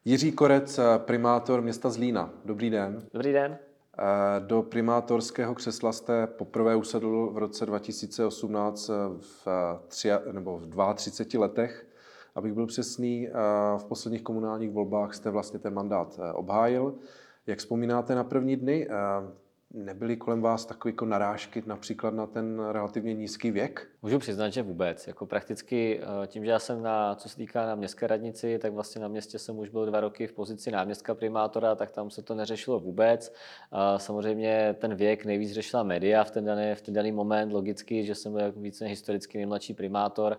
Jiří Korec, primátor města Zlína. Dobrý den. Dobrý den. Do primátorského křesla jste poprvé usedl v roce 2018 v 32 letech. Abych byl přesný, v posledních komunálních volbách jste vlastně ten mandát obhájil. Jak vzpomínáte na první dny? Nebyly kolem vás takové jako narážky například na ten relativně nízký věk? Můžu přiznat, že vůbec. Jako prakticky tím, že já jsem co se týká na městské radnici, tak vlastně na městě jsem už byl 2 roky v pozici náměstka primátora, tak tam se to neřešilo vůbec. Samozřejmě ten věk nejvíc řešila média v ten daný moment, logicky, že jsem byl jako více historicky nejmladší primátor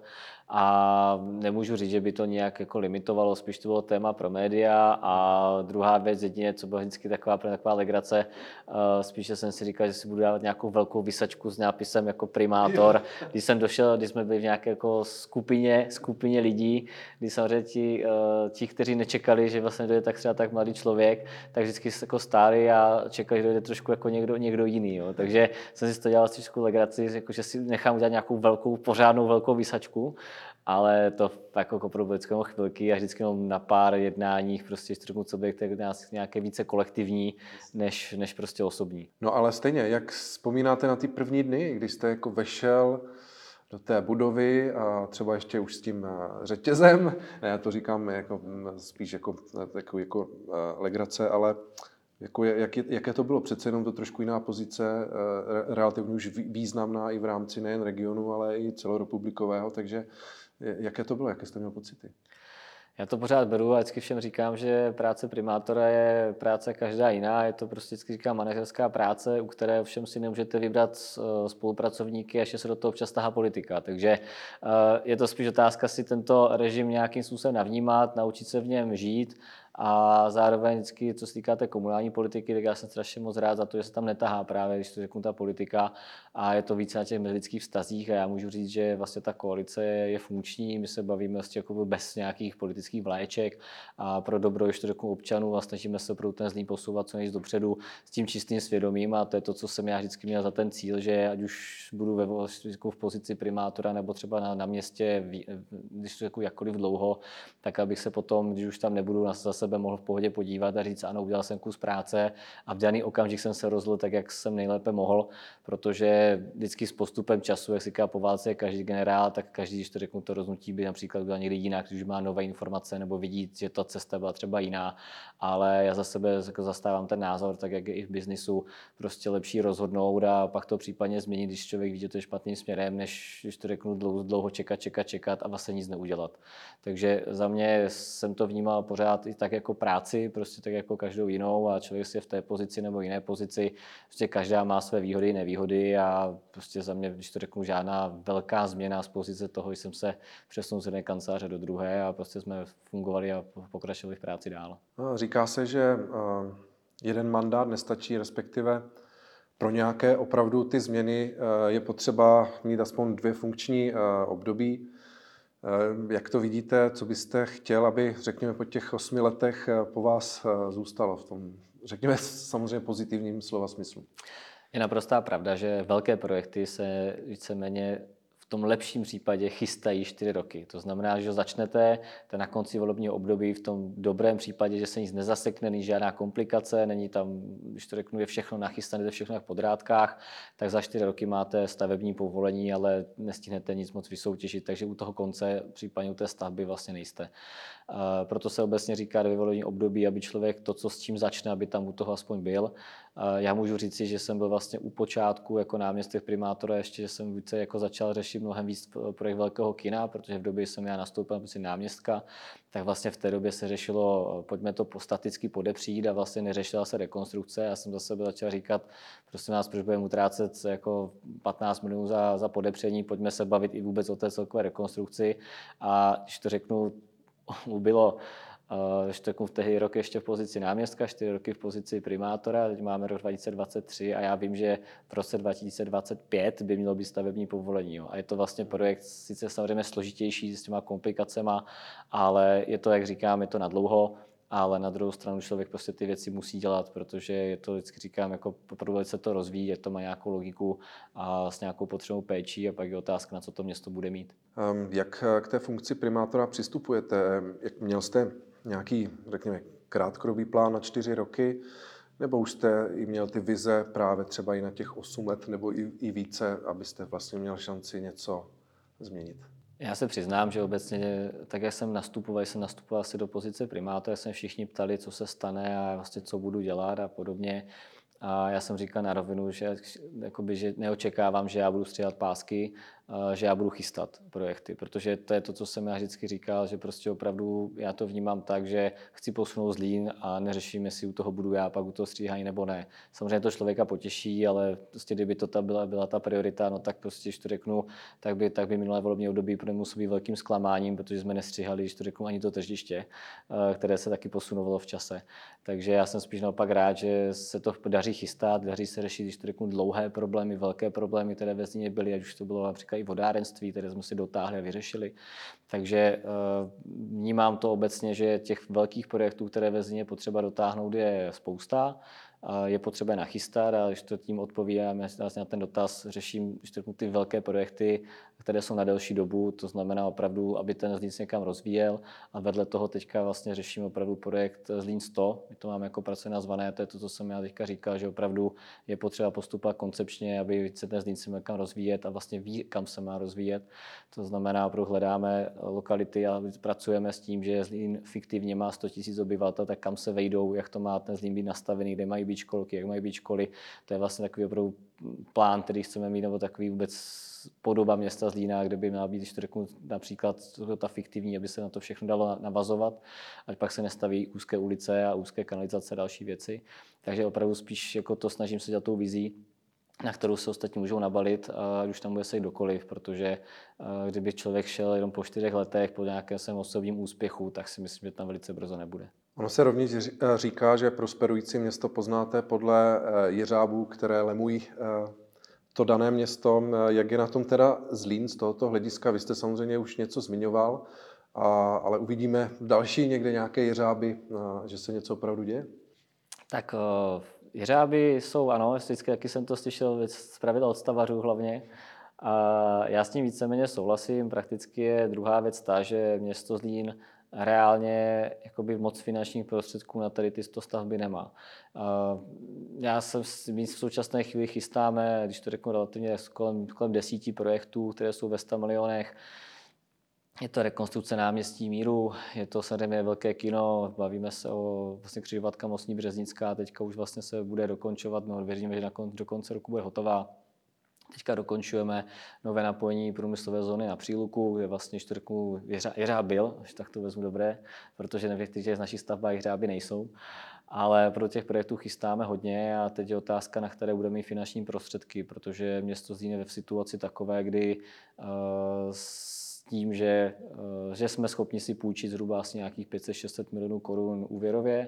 a nemůžu říct, že by to nějak jako limitovalo, spíš to bylo téma pro média. A druhá věc, jedině, co byla vždycky taková legrace, spíše jsem si říkal, že si budu dávat nějakou velkou vysačku s nápisem jako primátor. Když jsem došel, když jsme byli v nějaké jako skupině lidí, kdy samozřejmě ti, kteří nečekali, že vlastně dojde tak mladý člověk, tak vždycky jako stáli a čekali, že dojde trošku jako někdo jiný. Jo. Takže jsem si z toho dělal trošku legraci, jako že si nechám udělat nějakou pořádnou velkou vysačku, ale to jako opravdu vždycky chvilky a vždycky na pár jednáních prostě co by nějaké více kolektivní, než prostě osobní. No ale stejně, jak vzpomínáte na ty první dny, když jste jako vešel do té budovy a třeba ještě už s tím řetězem, ne, já to říkám jako, spíš jako takový jako legrace, ale jako jaké to bylo? Přece jenom to trošku jiná pozice, relativně už významná i v rámci nejen regionu, ale i celorepublikového, takže jaké to bylo, jaké jste měl pocity? Já to pořád beru a vždycky všem říkám, že práce primátora je práce každá jiná. Je to prostě vždycky říkám manažerská práce, u které všem si nemůžete vybrat spolupracovníky, až se do toho občas tahá politika. Takže je to spíš otázka si tento režim nějakým způsobem navnímat, naučit se v něm žít. A zároveň vždycky, co se týká té komunální politiky, tak já jsem strašně moc rád za to, že se tam netahá právě, když to řeknu, ta politika a je to více na těch mezilidských vztazích a já můžu říct, že vlastně ta koalice je funkční, my se bavíme vlastně jako bez nějakých politických vlaječek a pro dobro, když to řeknu, občanů a snažíme se pro ten Zlín posouvat co nejvíc dopředu s tím čistým svědomím a to je to, co jsem já vždycky měl za ten cíl, že ať už budu v pozici primátora nebo třeba na městě, když to řeknu jakkoliv dlouho, tak abych se potom, když už tam nebudu, za sebe mohl v pohodě podívat a říct, ano, udělal jsem kus práce a v daný okamžik jsem se rozhodl tak, jak jsem nejlépe mohl, protože vždycky s postupem času, jak se říká po válce, je každý generál, tak každý, když to řeknu, to rozhodnutí by například udělal někdy jinak, když má nové informace nebo vidí, že ta cesta byla třeba jiná, ale já za sebe jako zastávám ten názor, tak jak je i v biznisu, prostě lepší rozhodnout a pak to případně změnit, když člověk ví, že to je špatným směrem, než když to řeknu dlouho čekat a vlastně nic neudělat. Takže za mě jsem to vnímal pořád i tak jako práci, prostě tak jako každou jinou a člověk si je v té pozici nebo jiné pozici, prostě každá má své výhody i nevýhody a prostě za mě, když to řeknu, žádná velká změna z pozice toho, že jsem se přesunul z jedné kanceláře do druhé a prostě jsme fungovali a pokračovali v práci dál. Říká se, že jeden mandát nestačí, respektive pro nějaké opravdu ty změny je potřeba mít aspoň 2 funkční období. Jak to vidíte, co byste chtěl, aby, řekněme, po těch 8 letech po vás zůstalo v tom, řekněme, samozřejmě pozitivním slova smyslu? Je naprostá pravda, že velké projekty se víceméně v tom lepším případě chystají 4 roky. To znamená, že začnete na konci volebního období v tom dobrém případě, že se nic nezasekne, není žádná komplikace, není tam, když to řeknu, je všechno nachystané, je všechno v podrádkách, tak za 4 roky máte stavební povolení, ale nestihnete nic moc vysoutěžit, takže u toho konce, případně u té stavby vlastně nejste. Proto se obecně říká 2 volební období, aby člověk to, co s čím začne, aby tam u toho aspoň byl. Já můžu říci, že jsem byl vlastně u počátku jako náměstek primátora, ještě že jsem více jako začal řešit mnohem víc projekt velkého kina, protože v době, kdy jsem já nastoupil na náměstka, tak vlastně v té době se řešilo, pojďme to staticky podepřít a vlastně neřešila se rekonstrukce. Já jsem za sebe začal říkat, prosím vás, proč budeme utrácet jako 15 milionů za podepření, pojďme se bavit i vůbec o té celkové rekonstrukci. A když to řeknu, bylo v tehdy rok ještě v pozici náměstka, 4 roky v pozici primátora, teď máme rok 2023 a já vím, že v roce 2025 by mělo být stavební povolení. Jo. A je to vlastně projekt sice samozřejmě složitější s těma komplikacema, ale je to, jak říkám, je to na dlouho, ale na druhou stranu člověk prostě ty věci musí dělat, protože je to, vždycky říkám, jako poprvé se to rozvíjí, je to má nějakou logiku a s nějakou potřebou péčí a pak je otázka, na co to město bude mít. Jak k té funkci primátora přistupujete? Jak měl jste nějaký, řekněme, krátkodobý plán na 4 roky, nebo už jste i měl ty vize právě třeba i na těch 8 let nebo i více, abyste vlastně měl šanci něco změnit? Já se přiznám, že obecně, tak jak jsem nastupoval asi do pozice primátora, se všichni ptali, co se stane a vlastně co budu dělat a podobně. A já jsem říkal na rovinu, že, jakoby, že neočekávám, že já budu stříhat pásky, že já budu chystat projekty, protože to je to, co jsem já vždycky říkal, že prostě opravdu já to vnímám tak, že chci posunout Zlín a neřeším, jestli u toho budu já, pak u toho stříhání nebo ne. Samozřejmě to člověka potěší, ale prostě kdyby to byla ta priorita, no tak prostě, když to řeknu, tak by minulé volební období pro mě muselo být velkým zklamáním, protože jsme nestříhali, když to řeknu, ani to tržiště, které se taky posunovalo v čase. Takže já jsem spíš naopak rád, že se to daří chystat, daří se řešit, když to řeknu, dlouhé problémy, velké problémy, které ve Zlíně byly, ať už to bylo například i vodárenství, které jsme si dotáhli a vyřešili. Takže vnímám to obecně, že těch velkých projektů, které ve Zlíně potřeba dotáhnout, je spousta. Je potřeba nachystat a když to tím odpovídám na ten dotaz, řeším ty velké projekty, které jsou na delší dobu, to znamená opravdu, aby ten Zlín se někam rozvíjel a vedle toho teďka vlastně řeším opravdu projekt Zlín 100, my to máme jako pracovně nazvané, to je to, co jsem já teďka říkal, že opravdu je potřeba postupovat koncepčně, aby se ten Zlín se měl kam rozvíjet a vlastně ví, kam se má rozvíjet. To znamená, opravdu hledáme lokality a pracujeme s tím, že Zlín fiktivně má 100 000 obyvatel, tak kam se vejdou, jak to má ten Zlín být nastavený, kde mají být školky, jak mají být školy. To je vlastně takový opravdu plán, který chceme mít, nebo takový vůbec podoba města Zlína, kde by měla být, když to řeknu například ta fiktivní, aby se na to všechno dalo navazovat, ať pak se nestaví úzké ulice a úzké kanalizace a další věci. Takže opravdu spíš jako to snažím se dělat tou vizí, na kterou se ostatní můžou nabalit, ať už tam bude se kdokoliv, protože kdyby člověk šel jenom po 4 letech, po nějakém svém osobním úspěchu, tak si myslím, že tam velice brzo nebude. Ono se rovněž říká, že prosperující město poznáte podle jeřábů, které lemují to dané město. Jak je na tom teda Zlín z tohoto hlediska? Vy jste samozřejmě už něco zmiňoval, ale uvidíme další někde nějaké jeřáby, že se něco opravdu děje? Tak jeřáby jsou, ano, vždycky taky jsem to slyšel z pravidla od stavařů hlavně. A já s tím víceméně souhlasím. Prakticky je druhá věc ta, že město Zlín reálně jakoby moc finančních prostředků na tady ty 100 stavby nemá. My v současné chvíli chystáme, když to řeknu relativně, kolem 10 projektů, které jsou ve 100 milionech. Je to rekonstrukce náměstí Míru, je to samozřejmě velké kino, bavíme se o vlastně křižovatka Mostní Březnická, teďka už vlastně se bude dokončovat, no věříme, že do konce roku bude hotová. Teďka dokončujeme nové napojení průmyslové zóny na Příluku, kde vlastně čtvrtku jeřáb byl, až tak to vezmu dobré, protože v těch z našich stavbách jeřáby nejsou. Ale pro těch projektů chystáme hodně a teď je otázka, na které budeme mít finanční prostředky, protože město Zlín je v situaci takové, kdy s tím, že jsme schopni si půjčit zhruba asi nějakých 500-600 milionů korun úvěrově,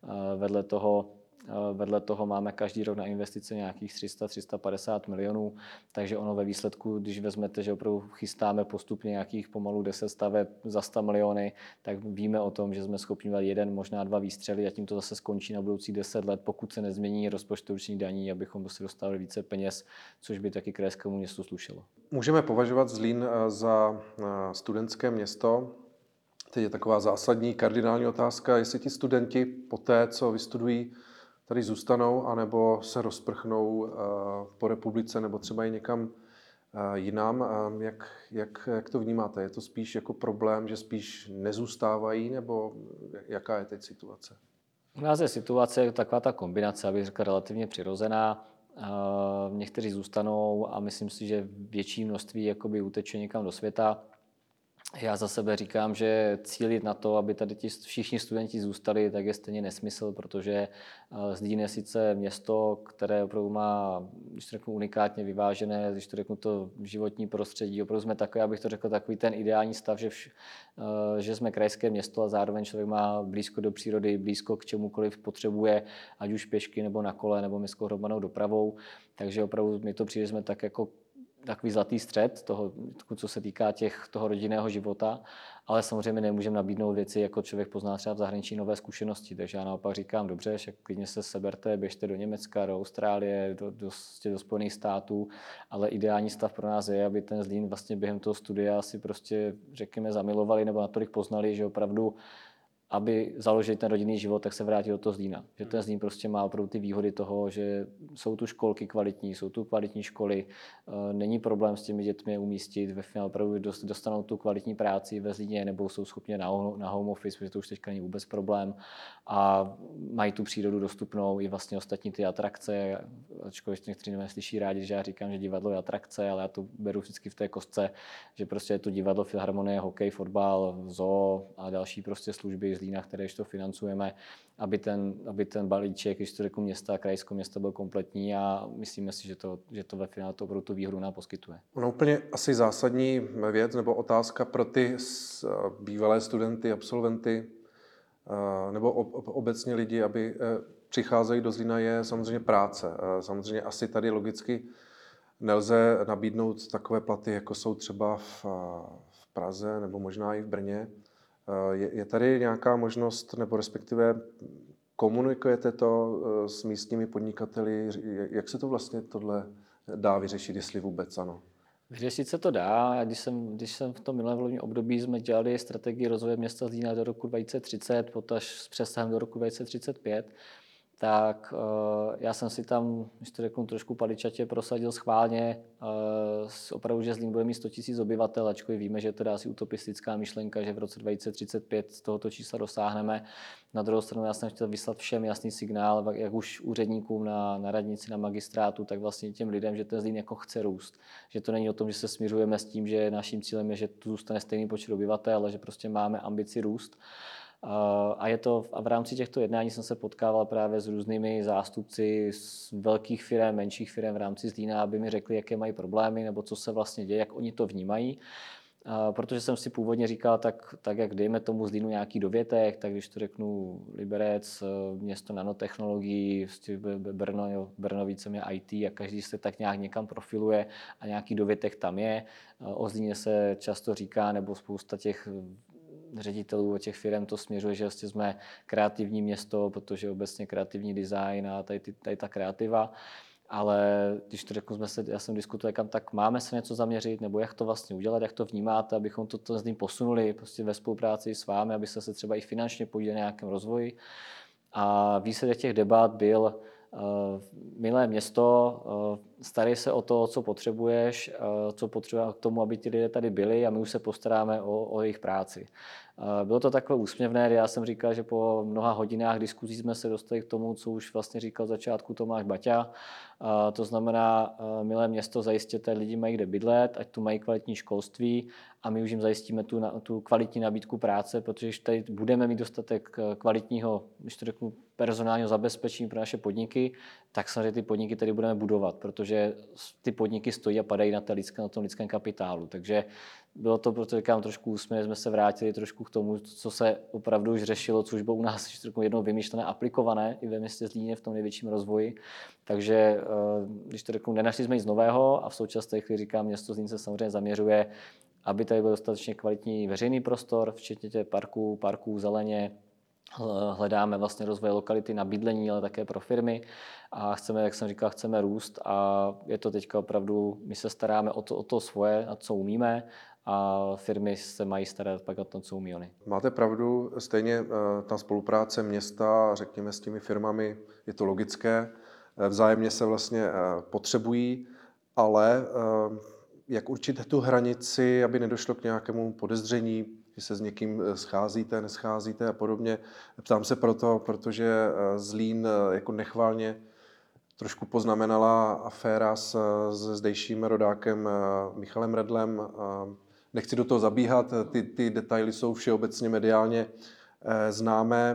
vedle toho máme každý rok na investice nějakých 300-350 milionů, takže ono ve výsledku, když vezmete, že opravdu chystáme postupně nějakých pomalu 10 staveb za 100 miliony, tak víme o tom, že jsme schopni dát 1, možná 2 výstřely a tím to zase skončí na budoucí 10 let, pokud se nezmění rozpočet určení daní, abychom si dostali více peněz, což by taky krajskému městu slušelo. Můžeme považovat Zlín za studentské město. Teď je taková zásadní kardinální otázka, jestli ti studenti po té, co vystudují, tady zůstanou, anebo se rozprchnou po republice nebo třeba i někam jinam. Jak to vnímáte? Je to spíš jako problém, že spíš nezůstávají, nebo jaká je teď situace? U nás je situace taková ta kombinace, abych řekl, relativně přirozená. Někteří zůstanou a myslím si, že větší množství jakoby uteče někam do světa. Já za sebe říkám, že cílit na to, aby tady všichni studenti zůstali, tak je stejně nesmysl, protože Zlín je sice město, které opravdu má, když to řeknu, unikátně vyvážené, když to řeknu, to životní prostředí. Opravdu jsme takové, abych to řekl, takový ten ideální stav, že jsme krajské město a zároveň člověk má blízko do přírody, blízko k čemukoliv potřebuje, ať už pěšky nebo na kole nebo městskou hromadnou dopravou. Takže opravdu mi to přijde, jsme tak jako takový zlatý střed toho, co se týká toho rodinného života, ale samozřejmě nemůžeme nabídnout věci, jako člověk pozná třeba v zahraničí nové zkušenosti. Takže já naopak říkám, dobře, však klidně se seberte, běžte do Německa, do Austrálie, do Spojených států, ale ideální stav pro nás je, aby ten Zlín vlastně během toho studia si prostě, řekněme, zamilovali nebo natolik poznali, že opravdu aby založili ten rodinný život, tak se vrátí do toho Zlína. Že ten Zlín prostě má opravdu ty výhody toho, že jsou tu školky kvalitní, jsou tu kvalitní školy, není problém s těmi dětmi umístit, ve finále opravdu dostanou tu kvalitní práci ve Zlíně nebo jsou schopni na home office, protože to už teďka není vůbec problém a mají tu přírodu dostupnou i vlastně ostatní ty atrakce, ačkoliv někteří neslyší rádi, že já říkám, že divadlo je atrakce, ale já to beru vždycky v té kostce, že prostě je to divadlo, filharmonie, hokej, fotbal, zoo a další prostě služby Zlína, které to financujeme, aby ten balíček, když to řeknu města, krajské město byl kompletní a myslíme si, že to ve finále to opravdu tu výhru nám poskytuje. Ono úplně asi zásadní věc nebo otázka pro ty bývalé studenty, absolventy nebo obecně lidi, aby přicházejí do Zlína, je samozřejmě práce. Samozřejmě asi tady logicky nelze nabídnout takové platy, jako jsou třeba v Praze nebo možná i v Brně. Je tady nějaká možnost, nebo respektive komunikujete to s místními podnikateli? Jak se to vlastně tohle dá vyřešit, jestli vůbec ano? Vyřešit se to dá. Když jsem v tom minulém volebním období jsme dělali strategii rozvoje města Zlína do roku 2030, potaž s přesahem do roku 2035, tak já jsem si tam, když to řeknu trošku paličatě, prosadil schválně opravdu, že Zlín bude mít 100 000 obyvatel, ačkoliv víme, že je to asi utopistická myšlenka, že v roce 2035 z tohoto čísla dosáhneme. Na druhou stranu já jsem chtěl vyslat všem jasný signál, jak už úředníkům na radnici, na magistrátu, tak vlastně těm lidem, že ten Zlín jako chce růst. Že to není o tom, že se směřujeme s tím, že naším cílem je, že tu zůstane stejný počet obyvatel, ale že prostě máme ambici růst. A v rámci těchto jednání jsem se potkával právě s různými zástupci z velkých firm, menších firm v rámci Zlína, aby mi řekli, jaké mají problémy nebo co se vlastně děje, jak oni to vnímají. Protože jsem si původně říkal, tak jak dejme tomu Zlínu nějaký dovětek, tak když to řeknu Liberec, město nanotechnologií, Brno víceméně IT a každý se tak nějak někam profiluje a nějaký dovětek tam je. O Zlíně se často říká, nebo spousta těch ředitelů těch firm to směřuje, že vlastně jsme kreativní město, protože obecně kreativní design a tady ta kreativa. Ale když to řeknu, já jsem diskutoval, kam tak máme se něco zaměřit, nebo jak to vlastně udělat, jak to vnímáte, abychom to s ním posunuli prostě ve spolupráci s vámi, abyste se třeba i finančně podíleli na nějakém rozvoji. A výsledek těch debat byl, milé město, starej se o to, co potřebuješ, co potřebujeme k tomu, aby ti lidé tady byli a my už se postaráme o jejich práci. Bylo to takové úsměvné, já jsem říkal, že po mnoha hodinách diskuzí jsme se dostali k tomu, co už vlastně říkal v začátku Tomáš Baťa. To znamená, milé město, zajistěte, lidi mají kde bydlet, ať tu mají kvalitní školství a my už jim zajistíme tu kvalitní nabídku práce, protože když tady budeme mít dostatek kvalitního, když to řeknu, personálního zabezpečení pro naše podniky, tak samozřejmě ty podniky tady budeme budovat, protože ty podniky stojí a padají na tom lidském kapitálu. Takže bylo to, proto říkám, trošku úsměv, jsme se vrátili trošku k tomu, co se opravdu už řešilo, co už bylo u nás jednou vymyšlené, aplikované i ve městě Zlíně v tom největším rozvoji. Takže když to řeknu, nenašli jsme nic nového a v současné chvíli říkám, město Zlín se samozřejmě zaměřuje, aby tady byl dostatečně kvalitní veřejný prostor, včetně těch parků, zeleně. Hledáme vlastně rozvoj lokality na bydlení, ale také pro firmy a chceme, jak jsem říkal, chceme růst a je to teďka opravdu, my se staráme o to svoje, a co umíme a firmy se mají starat pak o to, co umí oni. Máte pravdu, stejně ta spolupráce města, řekněme, s těmi firmami, je to logické, vzájemně se vlastně potřebují, ale jak určit tu hranici, aby nedošlo k nějakému podezření, že se s někým scházíte, nescházíte a podobně. Ptám se proto, protože Zlín jako nechválně trošku poznamenala aféra s zdejším rodákem Michalem Redlem. Nechci do toho zabíhat, ty detaily jsou všeobecně mediálně známé.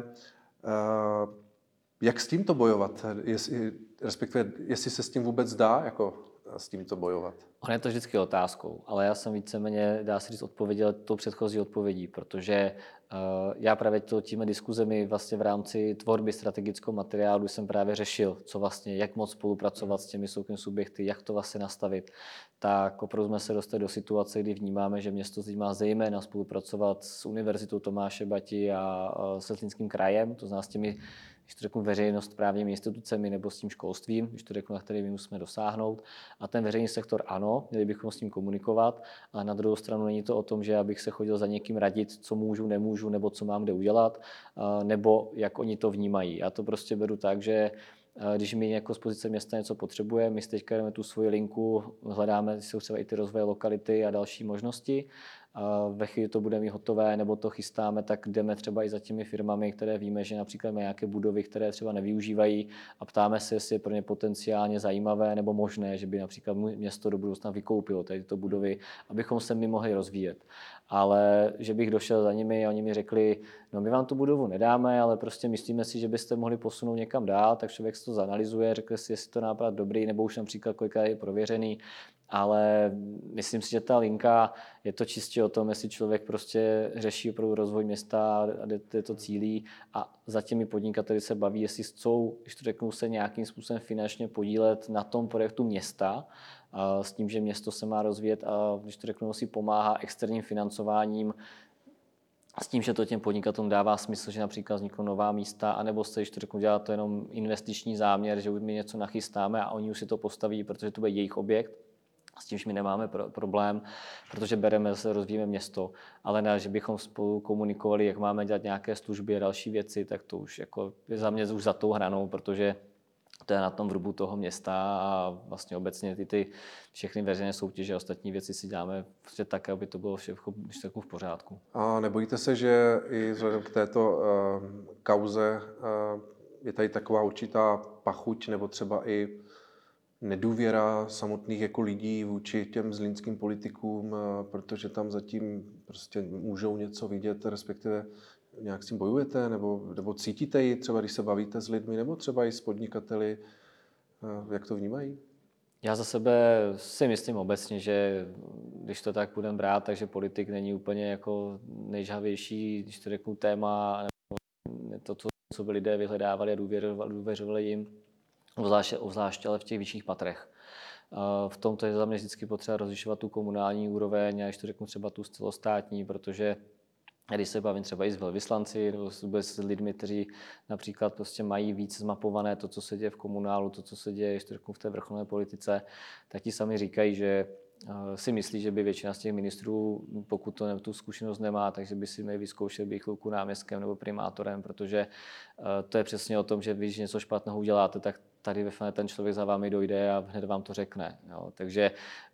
Jak s tímto bojovat? Respektive, jestli se s tím vůbec dá jako s tímto bojovat? On je to vždycky otázkou, ale já jsem víceméně, dá se říct, odpověděl tou předchozí odpovědí, protože já právě těmi diskuzemi vlastně v rámci tvorby strategického materiálu jsem právě řešil, co vlastně, jak moc spolupracovat s těmi soukromými subjekty, jak to vlastně nastavit. Tak opravdu jsme se dostali do situace, kdy vnímáme, že město Zlín má zejména spolupracovat s Univerzitou Tomáše Bati a se Zlínským krajem, to znamená s těmi když to řeknu, veřejnost správními institucemi nebo s tím školstvím, když to řeknu, na který my musíme dosáhnout. A ten veřejný sektor ano, měli bychom s ním komunikovat, ale na druhou stranu není to o tom, že já bych se chodil za někým radit, co můžu, nemůžu, nebo co mám kde udělat, nebo jak oni to vnímají. Já to prostě beru tak, že když my jako z pozice města něco potřebujeme, my si teďka jdeme tu svoji linku, hledáme, jsou třeba i ty rozvoje lokality a další možnosti. Ve chvíli to bude mít hotové nebo to chystáme, tak jdeme třeba i za těmi firmami, které víme, že například mají nějaké budovy, které třeba nevyužívají a ptáme se, jestli je pro ně potenciálně zajímavé nebo možné, že by například město do budoucna vykoupilo tyto budovy, abychom se my mohli rozvíjet. Ale že bych došel za nimi a oni mi řekli, no my vám tu budovu nedáme, ale prostě myslíme si, že byste mohli posunout někam dál, tak člověk si to zanalyzuje, řekne si, jestli to nápad dobrý, nebo už například kolikrát je prověřený, ale myslím si, že ta linka je to čistě o tom, jestli člověk prostě řeší pro rozvoj města a jde to cílí a za těmi podnikateli se baví, jestli chcou, když to řeknu, se nějakým způsobem finančně podílet na tom projektu města, s tím, že město se má rozvíjet a když to řeknu, si pomáhá externím financováním, s tím, že to těm podnikatelům dává smysl, že například vzniknou nová místa, anebo se, když to řeknu, dělá to jenom investiční záměr, že my něco nachystáme a oni už si to postaví, protože to bude jejich objekt. S tímž my nemáme problém, protože bereme, se rozvíjíme město, ale ne, že bychom spolu komunikovali, jak máme dělat nějaké služby a další věci, tak to už jako je za mě už za tou hranou, protože to je na tom vrbu toho města a vlastně obecně ty všechny veřejné soutěže a ostatní věci si děláme prostě tak, aby to bylo všechno v pořádku. A nebojíte se, že i vzhledem k této kauze je tady taková určitá pachuť nebo třeba i nedůvěra samotných jako lidí vůči těm zlínským politikům, protože tam zatím prostě můžou něco vidět, respektive nějak s tím bojujete, nebo cítíte ji třeba, když se bavíte s lidmi, nebo třeba i s podnikateli, jak to vnímají? Já za sebe si myslím obecně, že když to tak budeme brát, takže politik není úplně jako nejžhavější, když to řeknu, téma, nebo to, co by lidé vyhledávali a důvěřovali jim, obzvláště ale v těch vyšších patrech. V tomto je za mě vždycky potřeba rozlišovat tu komunální úroveň a když to řeknu třeba tu celostátní, protože když se bavím třeba i s velvyslanci nebo s lidmi, kteří například prostě mají víc zmapované to, co se děje v komunálu, to, co se děje, když to řeknu, v té vrcholné politice, tak ti sami říkají, že si myslí, že by většina z těch ministrů, pokud tu zkušenost nemá, takže by si měli vyzkoušet být chvilku náměstkem nebo primátorem, protože to je přesně o tom, že když něco špatného uděláte, tak tady ve finále ten člověk za vámi dojde a hned vám to řekne. Jo. Takže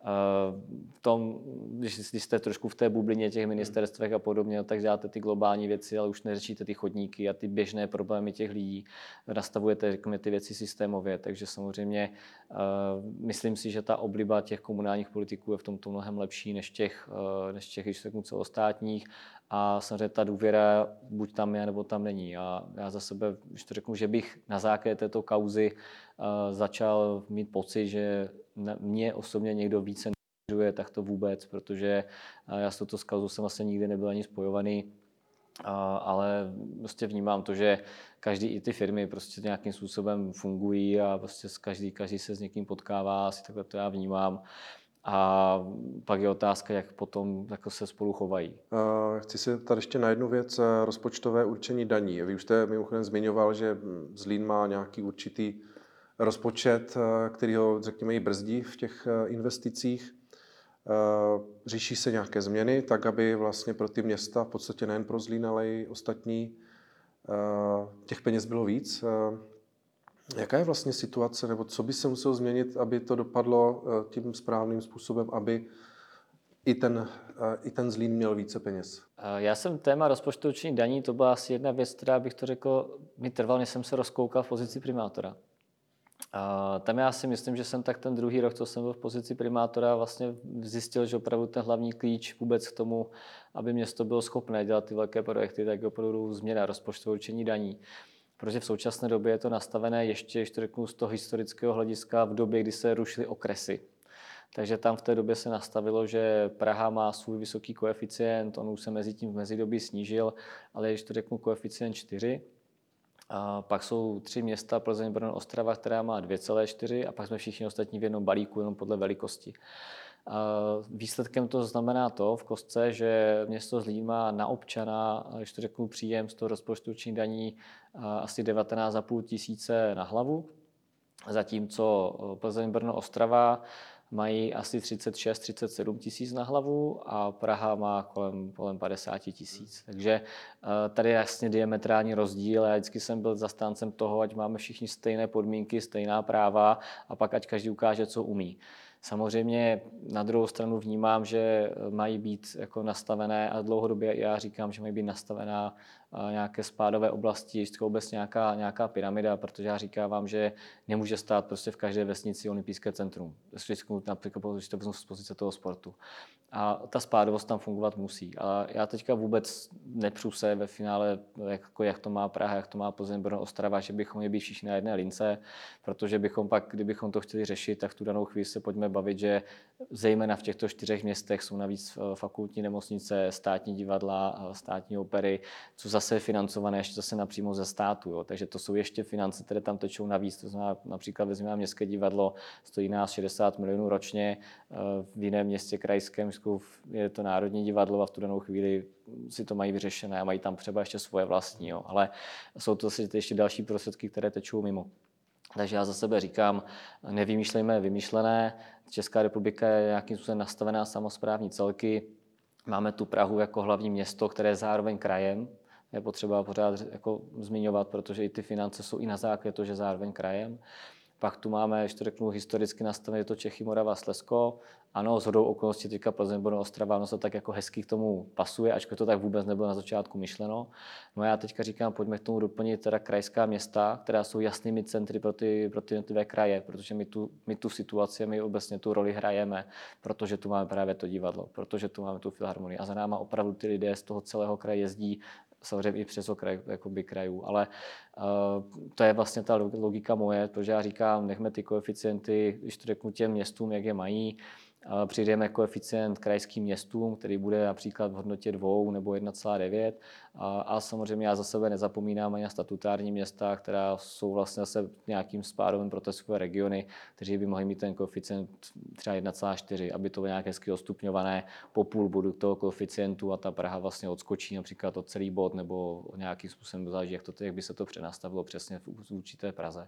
když jste trošku v té bublině těch ministerstvech a podobně, tak děláte ty globální věci, ale už neřešíte ty chodníky a ty běžné problémy těch lidí, nastavujete, řekněme, ty věci systémově, takže samozřejmě myslím si, že ta obliba těch komunálních politiků je v tomto mnohem lepší než těch když řeknu, celostátních a samozřejmě ta důvěra buď tam je, nebo tam není. A já za sebe, když to řeknu, že bych na základě této kauzy začal mít pocit, že mě osobně někdo více nedůvěřuje, tak to vůbec, protože já s touto kauzou jsem vlastně nikdy nebyl ani spojovaný, ale prostě vnímám to, že i ty firmy prostě nějakým způsobem fungují a prostě každý se s někým potkává, asi takhle to já vnímám. A pak je otázka, jak potom jako se spolu chovají. Chci se tady ještě na jednu věc, rozpočtové určení daní. Vy už jste mimochodem zmiňoval, že Zlín má nějaký určitý rozpočet, který ho, řekněme, i brzdí v těch investicích. Řeší se nějaké změny, tak aby vlastně pro ty města, v podstatě nejen pro Zlín, ale i ostatní, těch peněz bylo víc. Jaká je vlastně situace, nebo co by se muselo změnit, aby to dopadlo tím správným způsobem, aby i ten Zlín měl více peněz? Já jsem téma rozpočtu určení daní, to byla asi jedna věc, která bych to řekl, mi trval, než jsem se rozkoukal v pozici primátora. Tam já si myslím, že jsem tak ten druhý rok, co jsem byl v pozici primátora, vlastně zjistil, že opravdu ten hlavní klíč vůbec k tomu, aby město bylo schopné dělat ty velké projekty, tak je opravdu změna rozpočtu určení daní. Protože v současné době je to nastavené ještě, když to řeknu z toho historického hlediska, v době, kdy se rušily okresy. Takže tam v té době se nastavilo, že Praha má svůj vysoký koeficient, on už se mezi tím v mezidobí snížil, ale když to řeknu koeficient 4, a pak jsou 3 města, Plzeň, Brno, Ostrava, která má 2,4 a pak jsme všichni ostatní v jednom balíku, jenom podle velikosti. Výsledkem to znamená to v kostce, že město Zlín má na občana, když to řeknu, příjem z toho rozpočtu činí daní asi 19,5 tisíce na hlavu, zatímco Plzeň, Brno, Ostrava mají asi 36-37 tisíc na hlavu a Praha má kolem 50 tisíc. Takže tady je jasně diametrální rozdíl. Já vždycky jsem byl zastáncem toho, ať máme všichni stejné podmínky, stejná práva a pak ať každý ukáže, co umí. Samozřejmě na druhou stranu vnímám, že mají být jako nastavené a dlouhodobě já říkám, že mají být nastavená nějaké spádové oblasti, vůbec nějaká pyramida, protože já říkám, že nemůže stát prostě v každé vesnici olympijské centrum. Například, když to vezmu z pozice toho sportu. A ta spádovost tam fungovat musí. A já teďka vůbec nepřu se ve finále, jak to má Praha, jak to má Plzeň, Brno, Ostrava, že bychom měli být všichni na jedné lince, protože bychom pak, kdybychom to chtěli řešit, tak v tu danou chvíli se pojďme bavit, že zejména v těchto 4 městech jsou navíc fakultní nemocnice, státní divadla, státní opery, co zase je financované ještě zase napřímo ze státu. Jo. Takže to jsou ještě finance, které tam tečou navíc. To znamená, například vezměme Městské divadlo, stojí nás 60 milionů ročně, v jiném městě krajském je to Národní divadlo a v tu danou chvíli si to mají vyřešené a mají tam třeba ještě svoje vlastní. Jo. Ale jsou to zase ještě další prostředky, které tečou mimo. Takže já za sebe říkám, nevymýšlejme vymyšlené. Česká republika je nějakým způsobem nastavená samosprávní celky. Máme tu Prahu jako hlavní město, které je zároveň krajem. Je potřeba pořád jako zmiňovat, protože i ty finance jsou i na základě toho, že zároveň krajem. Pak tu máme, když to řeknu, historicky nastavené to Čechy, Morava, Slezsko. Ano, shodou okolností teďka Plzeň, Brno, Ostrava, ono se tak jako hezky k tomu pasuje, ačkoliv to tak vůbec nebylo na začátku myšleno. No a já teďka říkám, pojďme k tomu doplnit teda krajská města, která jsou jasnými centry pro ty jednotlivé kraje, protože my tu situaci, my obecně tu roli hrajeme, protože tu máme právě to divadlo, protože tu máme tu filharmonii a za náma opravdu ty lidé z toho celého kraje jezdí, samozřejmě i přes okraj krajů, ale to je vlastně ta logika moje, protože já říkám, nechme ty koeficienty, když to řeknu těm městům, jak je mají, přijdeme koeficient krajským městům, který bude například v hodnotě 2 nebo 1,9 a samozřejmě já za sebe nezapomínám ani na statutární města, která jsou vlastně zase nějakým spádovým pro ty své regiony, kteří by mohli mít ten koeficient třeba 1,4, aby to bylo nějaké hezky odstupňované po půl bodu toho koeficientu a ta Praha vlastně odskočí například o celý bod nebo nějakým způsobem záleží, jak by se to přenastavilo přesně v určité Praze.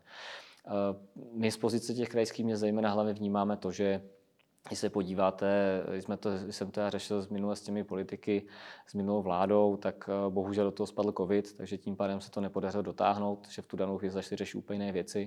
My z pozice těch krajských měst zejména hlavně vnímáme to, že když se podíváte, jsem to řešil minule s těmi politiky, s minulou vládou, tak bohužel do toho spadl covid, takže tím pádem se to nepodařilo dotáhnout, že v tu danou chvíli začali řešit úplně jiné věci.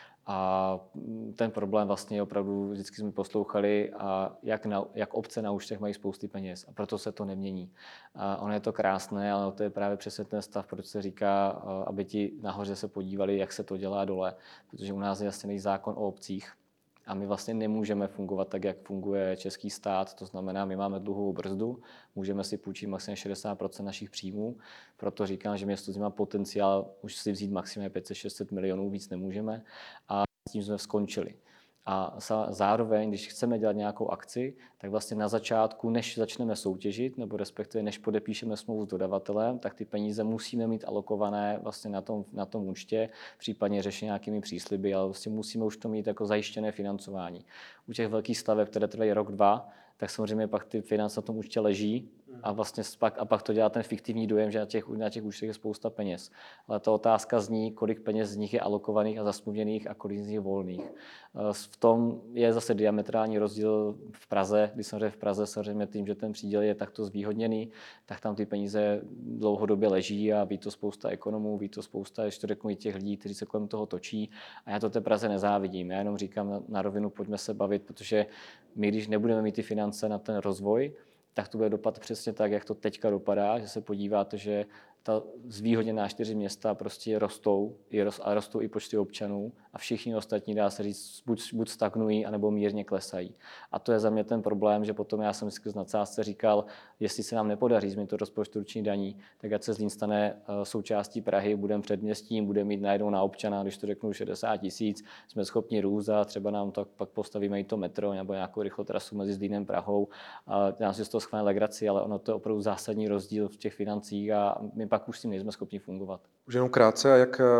A ten problém vlastně opravdu vždycky jsme poslouchali, a jak obce na účtech mají spousty peněz a proto se to nemění. A ono je to krásné, ale to je právě přesně ten stav, proč se říká, aby ti nahoře se podívali, jak se to dělá dole, protože u nás je jasný zákon o obcích. A my vlastně nemůžeme fungovat tak, jak funguje český stát, to znamená, my máme dluhovou brzdu, můžeme si půjčit maximálně 60% našich příjmů, proto říkám, že město má potenciál už si vzít maximálně 500-600 milionů, víc nemůžeme a s tím jsme skončili. A zároveň, když chceme dělat nějakou akci, tak vlastně na začátku, než začneme soutěžit, nebo respektive než podepíšeme smlouvu s dodavatelem, tak ty peníze musíme mít alokované vlastně na tom účtě, případně řešit nějakými přísliby, ale vlastně musíme už to mít jako zajištěné financování. U těch velkých staveb, které trvají rok, 2, tak samozřejmě pak ty finance na tom účtě leží a vlastně pak to dělá ten fiktivní dojem, že na těch účtech je spousta peněz. Ale ta otázka zní, kolik peněz z nich je alokovaných a zasmluvněných a kolik z nich je volných. V tom je zase diametrální rozdíl v Praze, když samozřejmě v Praze samozřejmě tím, že ten příděl je takto zvýhodněný, tak tam ty peníze dlouhodobě leží a ví to spousta ekonomů, ví to spousta, ještě to řeknu, i těch lidí, kteří se kolem toho točí. A já to té Praze nezávidím. Já jenom říkám na rovinu, pojďme se bavit, protože my, když nebudeme mít ty finance na ten rozvoj, tak to bude dopad přesně tak, jak to teďka dopadá, že se podíváte, že ta zvýhodněná 4 města prostě rostou a rostou i počty občanů a všichni ostatní, dá se říct, buď stagnují, anebo mírně klesají. A to je za mě ten problém, že potom já jsem vždycky z nadsázce říkal, jestli se nám nepodaří změnit to rozpočtu určení daní, tak ať se Zlín stane součástí Prahy, budeme předměstím, budeme mít najednou na občana, když to řeknu 60 000, jsme schopni růst a třeba nám to pak postavíme i to metro nebo nějakou rychlotrasu mezi Zlínem a Prahou. A nám si z toho schválně legraci, ale ono to je opravdu zásadní rozdíl v těch financích a my pak už s tím nejsme schopni fungovat. Už jenom krátce,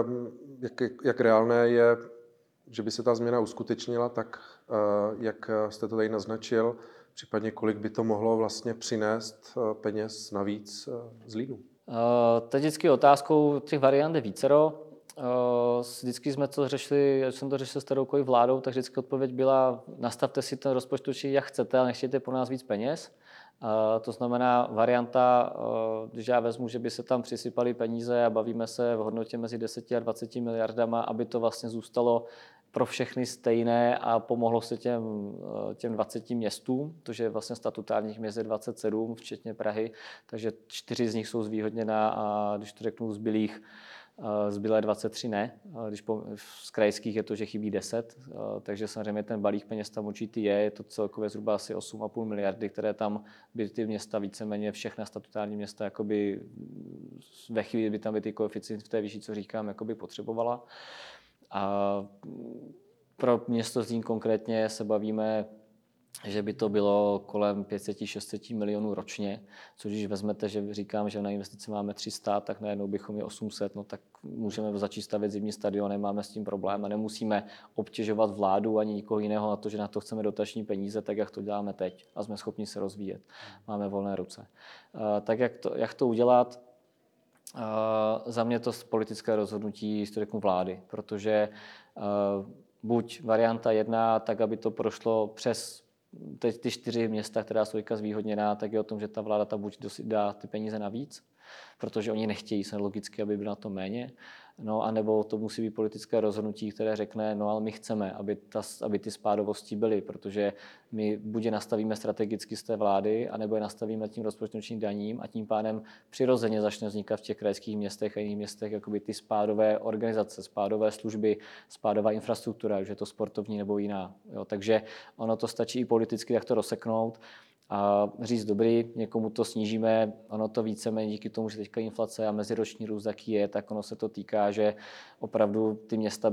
jak reálné je, že by se ta změna uskutečnila, tak jak jste to tady naznačil, Případně kolik by to mohlo vlastně přinést peněz navíc Zlínu? Teď vždycky otázkou těch variant je vícero. Vždycky jsme to řešili, já jsem to řešil s Taroukou vládou, tak vždycky odpověď byla, nastavte si ten rozpočet, jak chcete, ale nechtějte po nás víc peněz. To znamená varianta, když já vezmu, že by se tam přisypaly peníze a bavíme se v hodnotě mezi 10 a 20 miliardama, aby to vlastně zůstalo pro všechny stejné a pomohlo se těm 20 městům, protože je vlastně statutárních měst je 27, včetně Prahy, takže 4 z nich jsou zvýhodněná a když to řeknu zbylé 23 ne, z krajských je to, že chybí 10, takže samozřejmě ten balík peněz tam určitý je to celkově zhruba asi 8,5 miliardy, které tam by ty města víceméně všechna statutární města jakoby ve chvíli by tam by ty koeficienty v té výši, co říkám, jakoby potřebovala. A pro město Zlín konkrétně se bavíme, že by to bylo kolem 500-600 milionů ročně, což když vezmete, že říkám, že na investici máme 300, tak najednou bychom je 800, no tak můžeme začít stavět zimní stadion, nemáme s tím problém a nemusíme obtěžovat vládu ani nikoho jiného na to, že na to chceme dotační peníze, tak jak to děláme teď a jsme schopni se rozvíjet. Máme volné ruce. Tak jak to udělat? Za mě to politické rozhodnutí, to řeknu vlády, protože buď varianta 1, tak aby to prošlo přes teď ty 4 města, která jsou zvýhodněná, tak je o tom, že ta vláda tam buď dá ty peníze navíc, protože oni nechtějí se logicky, aby bylo na to méně, no a nebo to musí být politické rozhodnutí, které řekne, no ale my chceme, aby ty spádovosti byly, protože my buď je nastavíme strategicky z té vlády, anebo je nastavíme tím rozpočtovým daním a tím pádem přirozeně začne vznikat v těch krajských městech a jiných městech jakoby ty spádové organizace, spádové služby, spádová infrastruktura, už je to sportovní nebo jiná. Jo, takže ono to stačí i politicky tak to rozseknout a říct dobrý, někomu to snížíme, ono to víceméně díky tomu, že teďka inflace a meziroční růst jaký je, tak ono se to týká, že opravdu ty města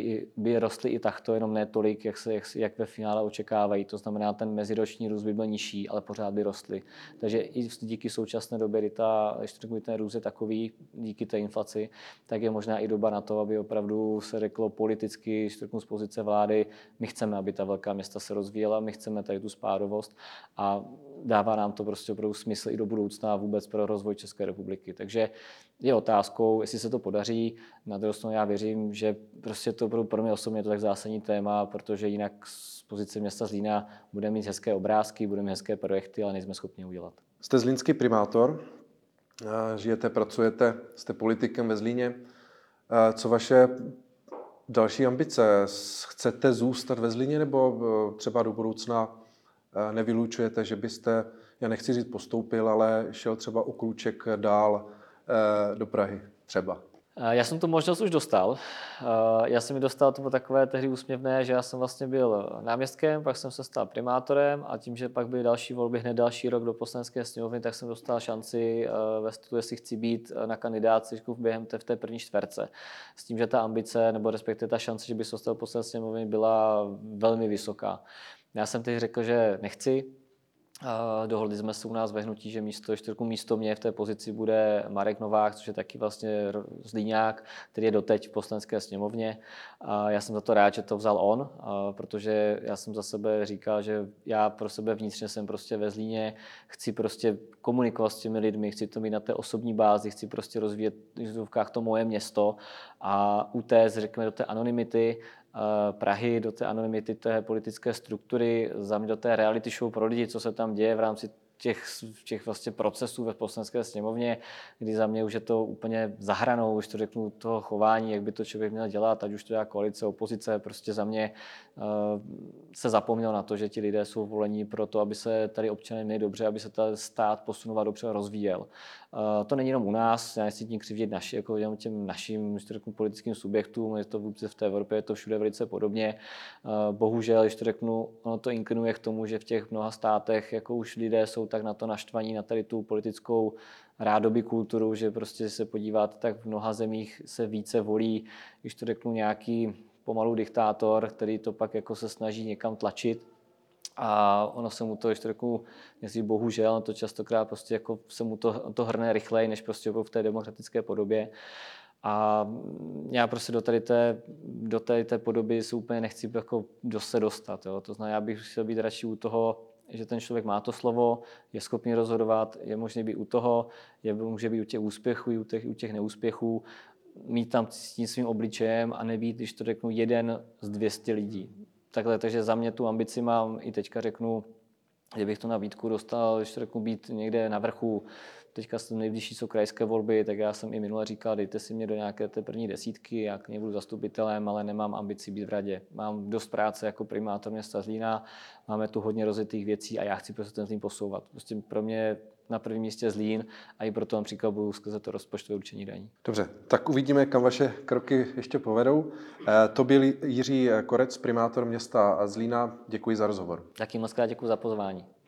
by rostly i takto, jenom ne tolik, jak ve finále očekávají. To znamená, ten meziroční růst by byl nižší, ale pořád by rostly. Takže i díky současné době, kdy ten růst je takový, díky té inflaci, tak je možná i doba na to, aby opravdu se řeklo politicky, z pozice vlády, my chceme, aby ta velká města se rozvíjela, my chceme tady tu spádovost a dává nám to prostě opravdu smysl i do budoucna vůbec pro rozvoj České republiky. Takže je otázkou, jestli se to podaří. Na druhou stranu já věřím, že prostě to pro mě osobně je to tak zásadní téma, protože jinak z pozice města Zlína budeme mít hezké obrázky, budeme mít hezké projekty, ale nejsme schopni udělat. Jste zlínský primátor, žijete, pracujete, jste politikem ve Zlíně. Co vaše další ambice? Chcete zůstat ve Zlíně nebo třeba do budoucna nevylučujete, že byste, já nechci říct postoupil, ale šel třeba o krůček dál do Prahy třeba? Já jsem tu možnost už dostal. Já jsem ji dostal, to bylo takové tehdy úsměvné, že já jsem vlastně byl náměstkem, pak jsem se stal primátorem a tím, že pak byly další volby hned další rok do poslanecké sněmovny, tak jsem dostal šanci ve statu, jestli chci být na kandidáci během v té první čtverce. S tím, že ta ambice, nebo respektive ta šance, že by se dostal do poslanecké sněmovny, byla velmi vysoká. Já jsem teď řekl, že nechci. Dohodli jsme se u nás ve hnutí, že místo mě v té pozici bude Marek Novák, což je taky vlastně Zlíňák, který je doteď v poslanecké sněmovně. A já jsem za to rád, že to vzal on, protože já jsem za sebe říkal, že já pro sebe vnitřně jsem prostě ve Zlíně, chci prostě komunikovat s těmi lidmi, chci to mít na té osobní bázi, chci prostě rozvíjet v to moje město a utéct, řekněme, do té anonymity Prahy, do té anonymity té politické struktury, za mě do té reality show pro lidi, co se tam děje v rámci těch vlastně procesů ve poslanecké sněmovně, kdy za mě už je to úplně za hranou, už to řeknu toho chování, jak by to člověk měl dělat, ať už to je koalice, opozice, prostě za mě se zapomněl na to, že ti lidé jsou volení pro to, aby se tady občané měli dobře, aby se ten stát posunoval dobře a rozvíjel. To není jenom u nás, já nechci tím křivdit jenom těm našim politickým subjektům, je to vůbec v té Evropě, je to všude velice podobně. Bohužel, když to řeknu, ono to inklinuje k tomu, že v těch mnoha státech jako už lidé jsou tak na to naštvaní, na tady tu politickou rádoby kulturu, že prostě se podíváte, tak v mnoha zemích se více volí, když to řeknu, nějaký pomalu diktátor, který to pak jako se snaží někam tlačit. A ono se mu to, ještě řeknu, jestli bohužel, to častokrát prostě jako se mu to hrne rychleji, než prostě v té demokratické podobě. A já prostě do té podoby se úplně nechci jako se dostat. Jo. To znamená, já bych chtěl být radši u toho, že ten člověk má to slovo, je schopný rozhodovat, je možný být u toho, může být u těch úspěchů i u těch neúspěchů, mít tam s tím svým obličejem a nebýt, když to řeknu, jeden z 200 lidí. Takhle, takže za mě tu ambici mám i teďka řeknu, kdybych tu nabídku dostal, když to řeknu, být někde na vrchu, teďka jsou nejbližší jsou krajské volby, tak já jsem i minule říkal, dejte si mě do nějaké té první desítky, já klidně budu zastupitelem, ale nemám ambici být v radě. Mám dost práce jako primátor města Zlína, máme tu hodně rozjetých věcí a já chci prostě ten tým posouvat. Prostě pro mě na prvním místě Zlín a i proto například budu skrze to rozpočtové určení daní. Dobře, tak uvidíme, kam vaše kroky ještě povedou. To byl Jiří Korec, primátor města Zlína. Děkuji za rozhovor. Taky moc krát děkuji za pozvání.